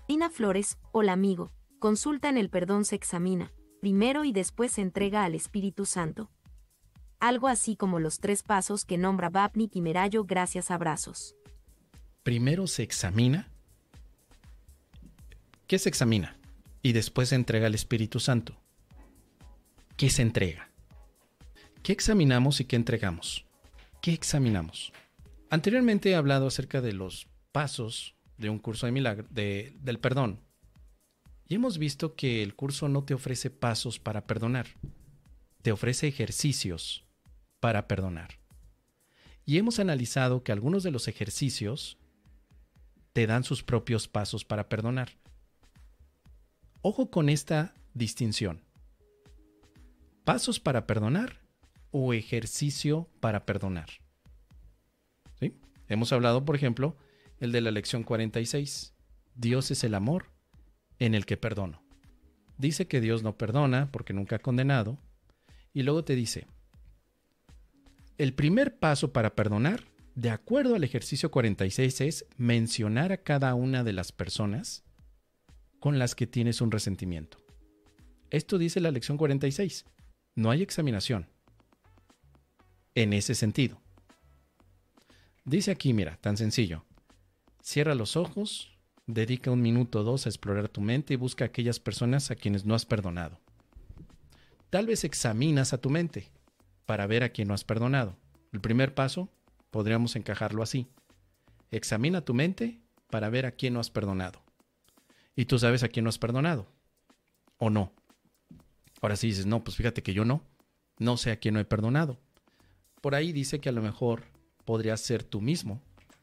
Tina Flores, hola amigo, consulta en el perdón se examina, primero y después se entrega al Espíritu Santo. Algo así como los 3 pasos que nombra Babnik y Merayo, gracias, abrazos. Primero se examina. ¿Qué se examina? Y después se entrega al Espíritu Santo. ¿Qué se entrega? ¿Qué examinamos y qué entregamos? ¿Qué examinamos? Anteriormente he hablado acerca de los pasos de un curso de milagro, del perdón. Y hemos visto que el curso no te ofrece pasos para perdonar. Te ofrece ejercicios para perdonar. Y hemos analizado que algunos de los ejercicios te dan sus propios pasos para perdonar. Ojo con esta distinción. ¿Pasos para perdonar o ejercicio para perdonar? ¿Sí? Hemos hablado, por ejemplo, el de la lección 46. Dios es el amor en el que perdono. Dice que Dios no perdona porque nunca ha condenado. Y luego te dice, el primer paso para perdonar, de acuerdo al ejercicio 46, es mencionar a cada una de las personas con las que tienes un resentimiento. Esto dice la lección 46. No hay examinación en ese sentido. Dice aquí, mira, tan sencillo. Cierra los ojos, dedica 1 minuto o 2 a explorar tu mente y busca a aquellas personas a quienes no has perdonado. Tal vez examinas a tu mente para ver a quién no has perdonado. El primer paso, podríamos encajarlo así. Examina tu mente para ver a quién no has perdonado. Y tú sabes a quién no has perdonado. ¿O no? Ahora sí dices, no, pues fíjate que yo no sé a quién no he perdonado. Por ahí dice que a lo mejor podrías ser tú mismo.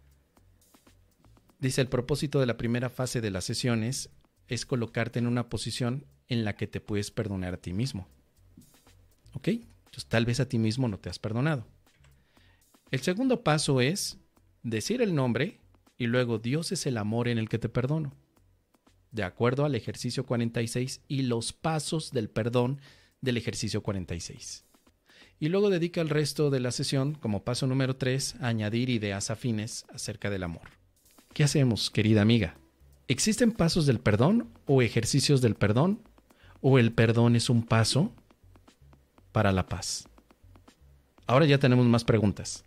Dice, el propósito de la primera fase de las sesiones es colocarte en una posición en la que te puedes perdonar a ti mismo. ¿Ok? Entonces tal vez a ti mismo no te has perdonado. El segundo paso es decir el nombre y luego Dios es el amor en el que te perdono. De acuerdo al ejercicio 46 y los pasos del perdón del ejercicio 46. Y luego dedica el resto de la sesión, como paso número 3, a añadir ideas afines acerca del amor. ¿Qué hacemos, querida amiga? ¿Existen pasos del perdón o ejercicios del perdón? ¿O el perdón es un paso para la paz? Ahora ya tenemos más preguntas.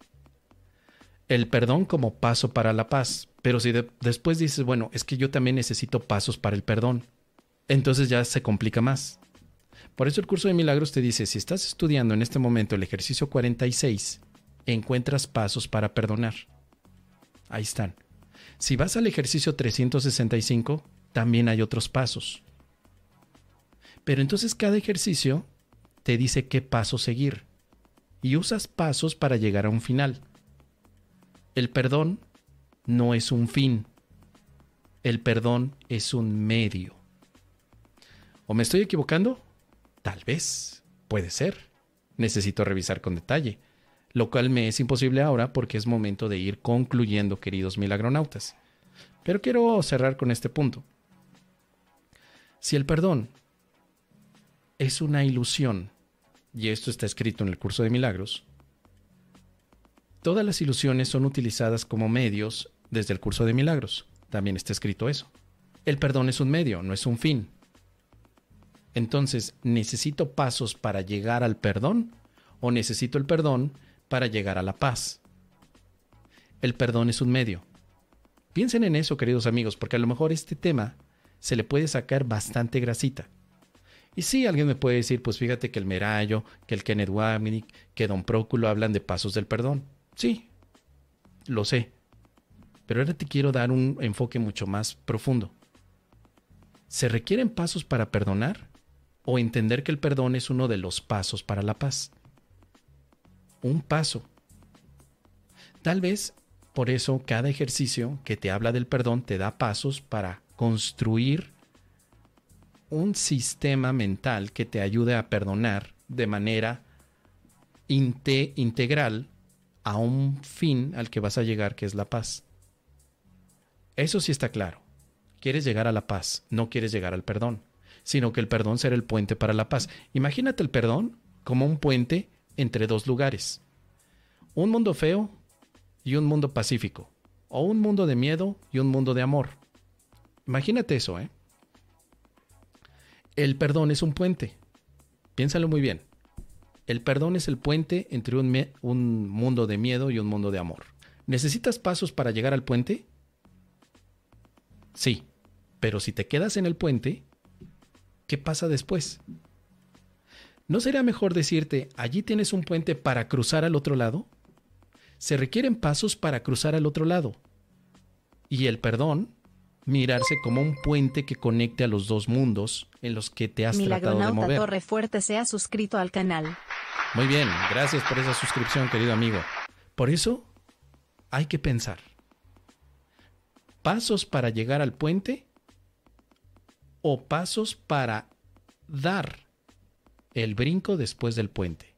El perdón como paso para la paz. Pero si después dices, bueno, es que yo también necesito pasos para el perdón, entonces ya se complica más. Por eso el curso de milagros te dice, si estás estudiando en este momento el ejercicio 46, encuentras pasos para perdonar. Ahí están. Si vas al ejercicio 365, también hay otros pasos. Pero entonces cada ejercicio te dice qué paso seguir. Y usas pasos para llegar a un final. El perdón no es un fin. El perdón es un medio. ¿O me estoy equivocando? Tal vez. Puede ser. Necesito revisar con detalle. Lo cual me es imposible ahora porque es momento de ir concluyendo, queridos milagronautas. Pero quiero cerrar con este punto. Si el perdón es una ilusión, y esto está escrito en el curso de milagros, todas las ilusiones son utilizadas como medios desde el curso de milagros. También está escrito eso. El perdón es un medio, no es un fin. Entonces, ¿necesito pasos para llegar al perdón o necesito el perdón para llegar a la paz? El perdón es un medio. Piensen en eso, queridos amigos, porque a lo mejor este tema se le puede sacar bastante grasita. Y sí, alguien me puede decir, pues fíjate que el Merayo, que el Kenneth Wapnick, que Don Próculo hablan de pasos del perdón. Sí, lo sé. Pero ahora te quiero dar un enfoque mucho más profundo. ¿Se requieren pasos para perdonar o entender que el perdón es uno de los pasos para la paz? Un paso. Tal vez por eso cada ejercicio que te habla del perdón te da pasos para construir un sistema mental que te ayude a perdonar de manera integral a un fin al que vas a llegar, que es la paz. Eso sí está claro. Quieres llegar a la paz, no quieres llegar al perdón, sino que el perdón será el puente para la paz. Imagínate el perdón como un puente entre dos lugares. Un mundo feo y un mundo pacífico. O un mundo de miedo y un mundo de amor. Imagínate eso, ¿eh? El perdón es un puente. Piénsalo muy bien. El perdón es el puente entre un mundo de miedo y un mundo de amor. ¿Necesitas pasos para llegar al puente? Sí, pero si te quedas en el puente, ¿qué pasa después? ¿No sería mejor decirte, allí tienes un puente para cruzar al otro lado? Se requieren pasos para cruzar al otro lado. Y el perdón, mirarse como un puente que conecte a los dos mundos en los que te has tratado de mover. Torrefuerte se ha suscrito al canal. Muy bien, gracias por esa suscripción, querido amigo. Por eso, hay que pensar. ¿Pasos para llegar al puente o pasos para dar el brinco después del puente?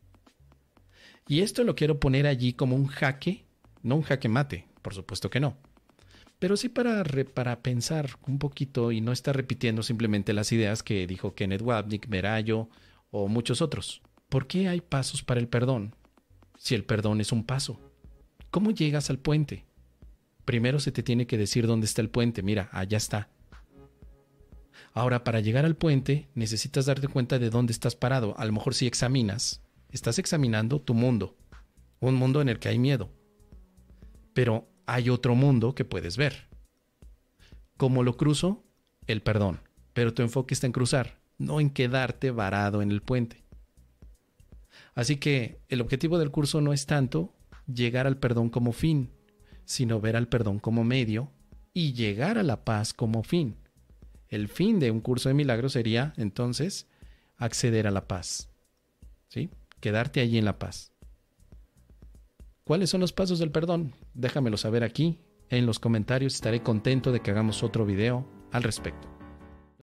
Y esto lo quiero poner allí como un jaque, no un jaque mate, por supuesto que no. Pero sí para pensar un poquito y no estar repitiendo simplemente las ideas que dijo Kenneth Wapnick, Merayo o muchos otros. ¿Por qué hay pasos para el perdón si el perdón es un paso? ¿Cómo llegas al puente? Primero se te tiene que decir dónde está el puente. Mira, allá está. Ahora, para llegar al puente necesitas darte cuenta de dónde estás parado. A lo mejor si examinas, estás examinando tu mundo. Un mundo en el que hay miedo. Pero hay otro mundo que puedes ver. ¿Cómo lo cruzo? El perdón. Pero tu enfoque está en cruzar, no en quedarte varado en el puente. Así que el objetivo del curso no es tanto llegar al perdón como fin, sino ver al perdón como medio y llegar a la paz como fin. El fin de un curso de milagros sería, entonces, acceder a la paz. ¿Sí? Quedarte allí en la paz. ¿Cuáles son los pasos del perdón? Déjamelo saber aquí en los comentarios. Estaré contento de que hagamos otro video al respecto.